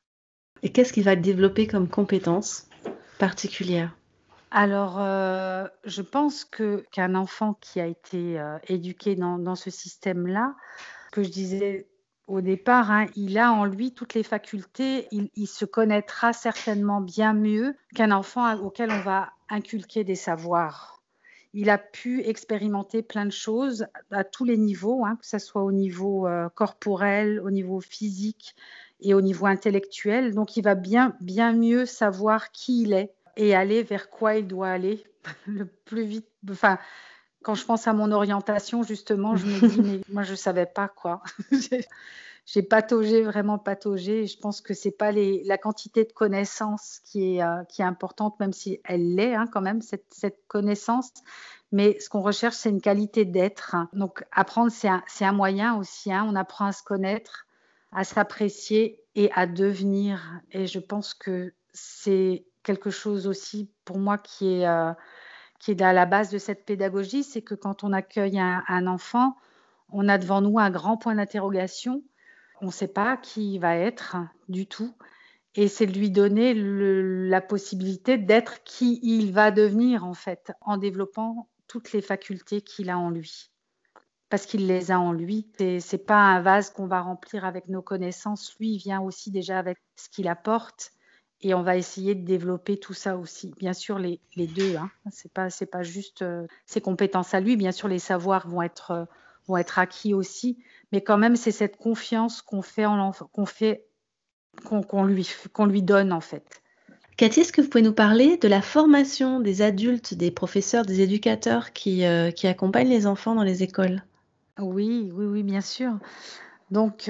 Et qu'est-ce qu'il va développer comme compétence particulière? Alors, heu, je pense que qu'un enfant qui a été, heu, éduqué dans dans ce système-là, que je disais au départ, hein, il a en lui toutes les facultés. Il il se connaîtra certainement bien mieux qu'un enfant à auquel on va inculquer des savoirs. Il a pu expérimenter plein de choses à tous les niveaux, hein, que ça soit au niveau, heu, corporel, au niveau physique et au niveau intellectuel. Donc il va bien bien mieux savoir qui il est et aller vers quoi il doit aller le plus vite, enfin, quand je pense à mon orientation, justement, je me dis: «Mais moi, je savais pas, quoi». J'ai j'ai pataugé, vraiment pataugé et je pense que c'est pas les la quantité de connaissances qui est, heu, qui est importante, même si elle l'est, hein, quand même, cette cette connaissance, mais ce qu'on recherche, c'est une qualité d'être. Donc apprendre, c'est un c'est un moyen aussi, hein. On apprend à se connaître, à s'apprécier et à devenir et je pense que c'est quelque chose aussi pour moi qui est, heu qui est à la base de cette pédagogie, c'est que quand on accueille un un enfant, on a devant nous un grand point d'interrogation. On ne sait pas qui il va être du tout et c'est de lui donner le la possibilité d'être qui il va devenir, en fait, en développant toutes les facultés qu'il a en lui. Parce qu'il les a en lui. C'est c'est pas un vase qu'on va remplir avec nos connaissances. Lui, il vient aussi déjà avec ce qu'il apporte et on va essayer de développer tout ça aussi. Bien sûr, les les deux, hein. C'est pas c'est pas juste, heu, ses compétences à lui. Bien sûr, les savoirs vont être, heu, vont être acquis aussi, mais quand même, c'est cette confiance qu'on fait en l'enf qu'on fait qu'on qu'on lui f qu'on lui donne, en fait. Cathy, est-ce que vous pouvez nous parler de la formation des adultes, des professeurs, des éducateurs qui, heu, qui accompagnent les enfants dans les écoles? Oui, oui, oui, bien sûr. Donc,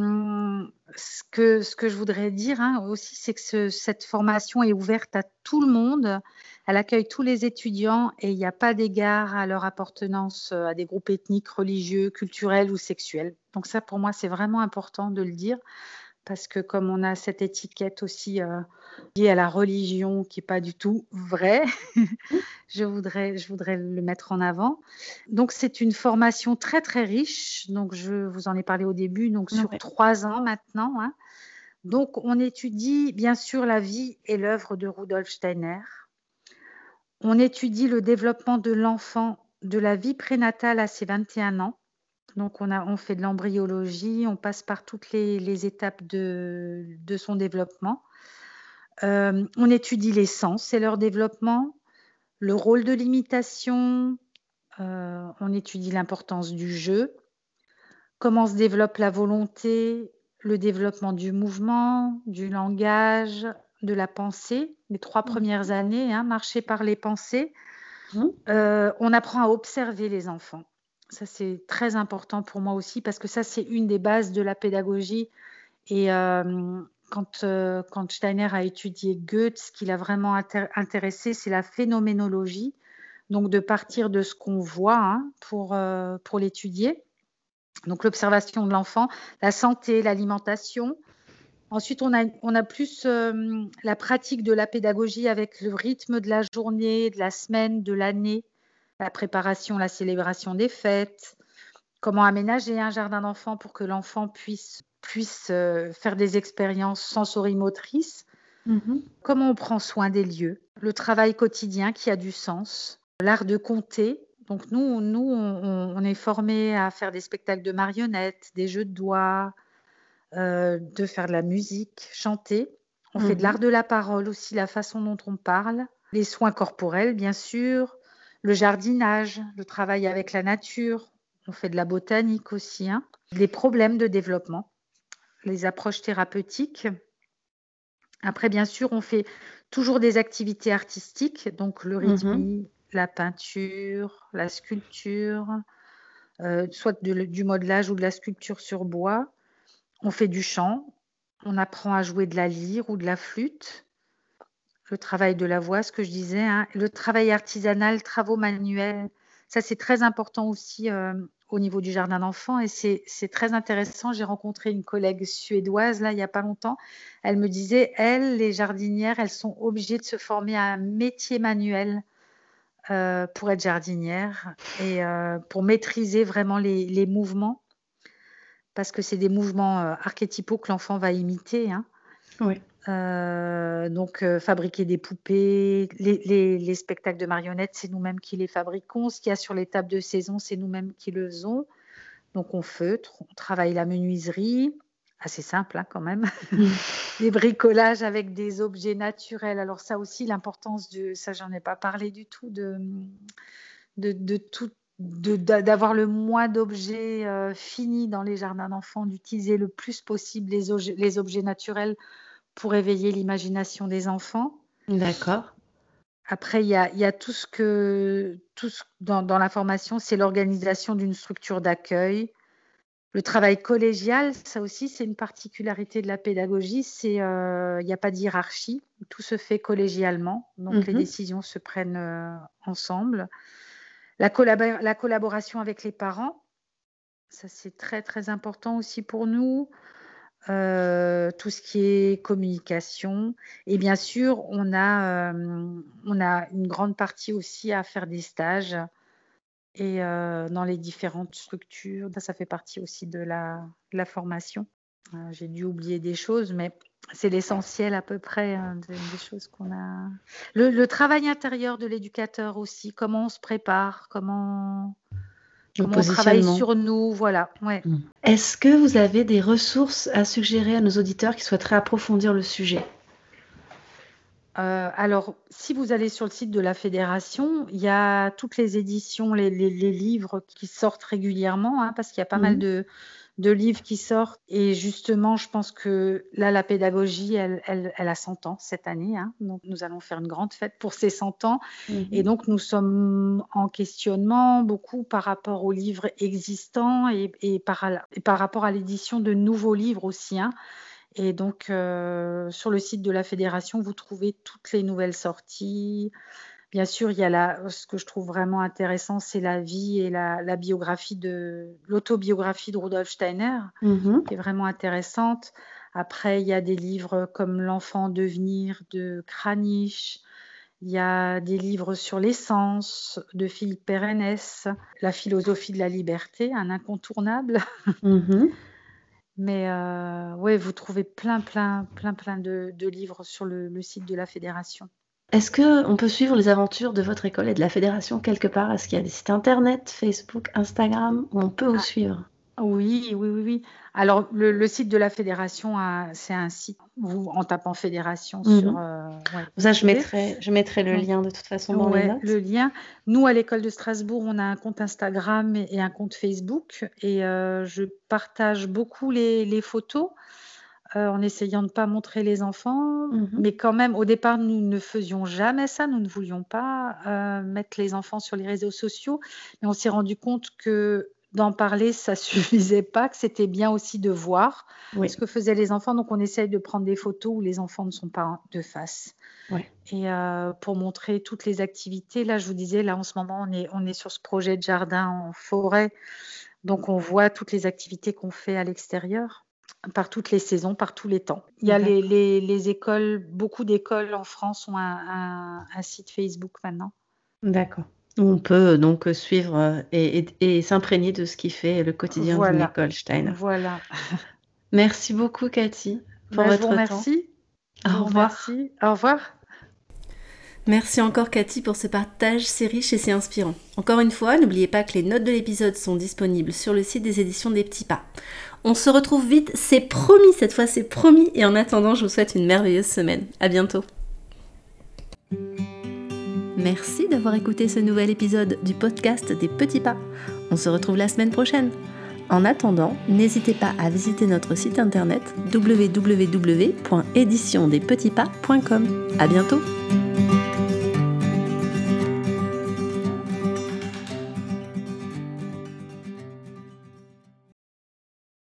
hem, ce que ce que je voudrais dire, hein, aussi, c'est que ce cette formation est ouverte à tout le monde. Elle accueille tous les étudiants et il y a pas d'égard à leur appartenance, heu, à des groupes ethniques, religieux, culturels ou sexuels. Donc ça, pour moi, c'est vraiment important de le dire parce que comme on a cette étiquette aussi, heu, liée à la religion qui est pas du tout vraie, Mmh. je voudrais je voudrais le mettre en avant. Donc c'est une formation très, très riche, donc je vous en ai parlé au début, donc sur Ouais. trois ans maintenant, hein. Donc on étudie bien sûr la vie et l'œuvre de Rudolf Steiner. On étudie le développement de l'enfant de la vie prénatale à ses vingt et un ans. Donc on a on fait de l'embryologie, on passe par toutes les les étapes de de son développement. Hem, on étudie les sens et leur développement, le rôle de l'imitation, heu, on étudie l'importance du jeu, comment se développe la volonté, le développement du mouvement, du langage, de la pensée, les trois Mmh. premières années, hein, marcher par les pensées. Mmh. Heu, on apprend à observer les enfants. Ça, c'est très important pour moi aussi parce que ça, c'est une des bases de la pédagogie et hem, quand, heu, quand Steiner a étudié Goethe, ce qui l'a vraiment inté intéressé, c'est la phénoménologie, donc de partir de ce qu'on voit, hein, pour, heu, pour l'étudier. Donc l'observation de l'enfant, la santé, l'alimentation. Ensuite, on a on a plus, hem, la pratique de la pédagogie avec le rythme de la journée, de la semaine, de l'année, la préparation, la célébration des fêtes, comment aménager un jardin d'enfants pour que l'enfant puisse puisse, heu, faire des expériences sensorimotrices, Mmh. comment on prend soin des lieux, le travail quotidien qui a du sens, l'art de compter. Donc nous nous on on on est formés à faire des spectacles de marionnettes, des jeux de doigts, heu, de faire de la musique, chanter. On fait de Mmh. l'art de la parole aussi, la façon dont on parle, les soins corporels bien sûr, le jardinage, le travail avec la nature. On fait de la botanique aussi, hein. Les problèmes de développement, les approches thérapeutiques. Après bien sûr, on fait toujours des activités artistiques, donc le Mmh. rythme, la peinture, la sculpture, heu, soit de le du modelage ou de la sculpture sur bois. On fait du chant, on apprend à jouer de la lyre ou de la flûte, le travail de la voix, ce que je disais, hein, le travail artisanal, travaux manuels. Ça, c'est très important aussi euh, au niveau du jardin d'enfants et c'est, c'est très intéressant. J'ai rencontré une collègue suédoise là il n'y a pas longtemps. Elle me disait, elles, les jardinières, elles sont obligées de se former à un métier manuel euh, pour être jardinière et euh, pour maîtriser vraiment les, les mouvements parce que c'est des mouvements euh, archétypaux que l'enfant va imiter, hein. Oui. Euh, donc, euh, fabriquer des poupées, les, les- les spectacles de marionnettes, c'est nous-mêmes qui les fabriquons. Ce qu'il y a sur les tables de saison, c'est nous-mêmes qui le faisons. Donc, on feutre, on travaille la menuiserie, assez simple hein, quand même. Les bricolages avec des objets naturels. Alors, ça aussi, l'importance de ça, j'en ai pas parlé du tout, de, de, de tout. de- d'a- d'avoir le moins d'objets euh, finis dans les jardins d'enfants, d'utiliser le plus possible les, obje- les objets naturels pour éveiller l'imagination des enfants. D'accord. Après, il y a, il y a tout ce que, tout ce, dans, dans la formation, c'est l'organisation d'une structure d'accueil. Le travail collégial, ça aussi, c'est une particularité de la pédagogie. C'est, euh, il n'y a pas de hiérarchie. Tout se fait collégialement. Donc, les Mhm. décisions se prennent euh, ensemble. La, collab- la collaboration avec les parents, ça, c'est très, très important aussi pour nous. Euh, tout ce qui est communication. Et bien sûr, on a, euh, on a une grande partie aussi à faire des stages et euh, dans les différentes structures. Ça, ça fait partie aussi de la, de la formation. Euh, j'ai dû oublier des choses, mais c'est l'essentiel à peu près hein, des, des choses qu'on a. Le, le travail intérieur de l'éducateur aussi, comment on se prépare, comment, Le comment on travaille positionnement. sur nous, voilà. Ouais. Mm. Est-ce que vous avez des ressources à suggérer à nos auditeurs qui souhaiteraient approfondir le sujet? Euh, alors, si vous allez sur le site de la fédération, il y a toutes les éditions, les, les- les livres qui sortent régulièrement, hein, parce qu'il y a pas mal Mhm. de, de livres qui sortent. Et justement, je pense que là, la pédagogie, elle, elle, elle a cent ans cette année, hein. Donc, nous allons faire une grande fête pour ses cent ans. Et Mhm. donc, nous sommes en questionnement beaucoup par rapport aux livres existants et, et par, et par rapport à l'édition de nouveaux livres aussi, hein. Et donc, euh, sur le site de la fédération, vous trouvez toutes les nouvelles sorties. Bien sûr, il y a la, ce que je trouve vraiment intéressant, c'est la vie et la, la biographie de l'autobiographie de Rudolf Steiner, Mhm. qui est vraiment intéressante. Après, il y a des livres comme L'enfant en devenir de Kranich. Il y a des livres sur l'essence de Philippe Pérennes, La philosophie de la liberté, un incontournable. Mhm. Mais euh, ouais, vous trouvez plein, plein, plein, plein de, de livres sur le, le site de la fédération. Est-ce que on peut suivre les aventures de votre école et de la fédération quelque part? Est-ce qu'il y a des sites internet, Facebook, Instagram, où on peut vous Ah, suivre? oui, oui, oui, oui. Alors, le, le site de la fédération, hein, c'est un site, vous, en tapant fédération sur, Mhm. euh, ouais, vous Ça, je trouvez. mettrai, je mettrai le Donc, lien de toute façon dans les ouais, notes. le lien. Nous, à l'école de Strasbourg, on a un compte Instagram et, et un compte Facebook. Et euh, je partage beaucoup les, les photos. Euh, en essayant de ne pas montrer les enfants. Mhm. Mais quand même, au départ, nous ne faisions jamais ça. Nous ne voulions pas euh, mettre les enfants sur les réseaux sociaux. Mais on s'est rendu compte que d'en parler, ça suffisait pas, que c'était bien aussi de voir Oui, ce que faisaient les enfants. Donc, on essaye de prendre des photos où les enfants ne sont pas de face. oui. Et euh, pour montrer toutes les activités, là, je vous disais, là, en ce moment, on est, on est sur ce projet de jardin en forêt. Donc, on voit toutes les activités qu'on fait à l'extérieur, par toutes les saisons, par tous les temps. Il y a les, les, les écoles, beaucoup d'écoles en France ont un, un, un site Facebook maintenant. D'accord. On peut donc suivre euh, et, et, et s'imprégner de ce qui fait le quotidien d'une Voilà, école Steiner. voilà. Merci beaucoup, Cathy, pour Ben, je vous votre temps. remercie. Je Au vous revoir. remercie. Au revoir. Merci encore Cathy pour ce partage si riche et si inspirant. Encore une fois, n'oubliez pas que les notes de l'épisode sont disponibles sur le site des éditions des Petits Pas. On se retrouve vite, c'est promis, cette fois c'est promis, et en attendant, je vous souhaite une merveilleuse semaine. À bientôt. Merci d'avoir écouté ce nouvel épisode du podcast des Petits Pas. On se retrouve la semaine prochaine. En attendant, n'hésitez pas à visiter notre site internet w w w point édition des petits pas point com. À bientôt.